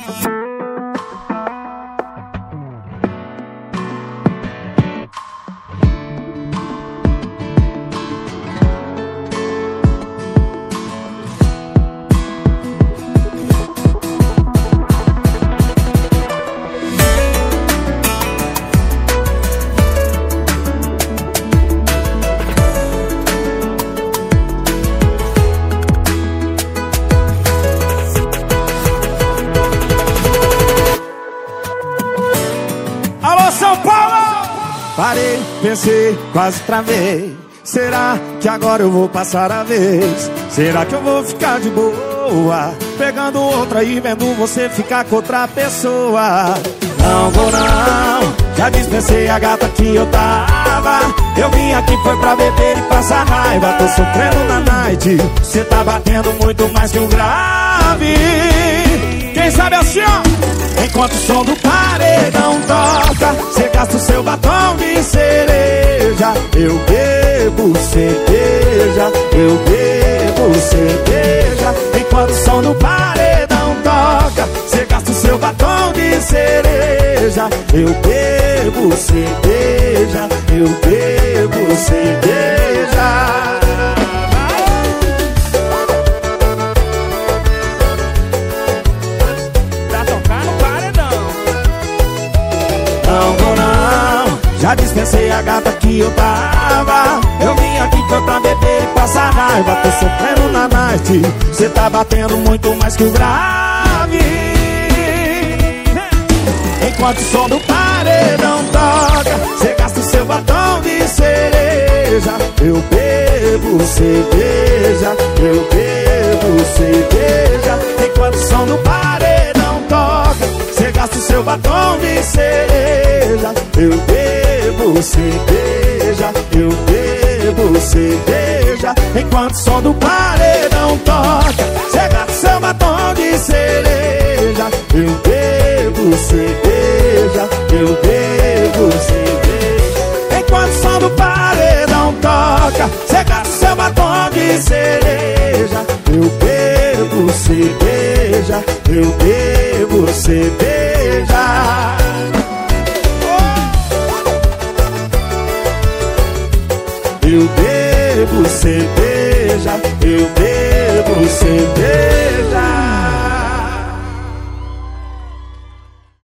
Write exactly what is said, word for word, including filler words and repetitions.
Parei, pensei, quase travei. Será que agora eu vou passar a vez? Será que eu vou ficar de boa pegando outra e vendo você ficar com outra pessoa? Não vou não, já dispensei a gata que eu tava. Eu vim aqui foi pra beber e passar raiva. Tô sofrendo na night, cê tá batendo muito mais que um grave. Quem sabe assim, ó, enquanto o som do paredão toca, cê gasta o seu batom de cereja. Eu bebo cerveja, eu bebo cerveja. Enquanto o som do paredão toca, cê gasta o seu batom de cereja. Eu bebo cerveja, eu bebo cerveja. Não vou não, já dispensei a gata que eu tava. Eu vim aqui foi pra beber e passar raiva. Tô sofrendo na night, cê tá batendo muito mais que o grave. Enquanto o som do paredão toca, cê gasta o seu batom de cereja. Eu bebo cerveja, eu bebo cerveja. Enquanto o som do paredão toca, cê gasta o seu batom de cereja. Eu bebo cerveja, eu bebo cerveja. Enquanto o som do paredão toca, cê gasta o seu batom de cereja. Eu bebo cerveja, eu bebo cerveja. Enquanto o som do paredão toca, cê gasta o seu batom de cereja. Eu bebo cerveja, eu bebo cerveja. Eu bebo cerveja, eu bebo cerveja.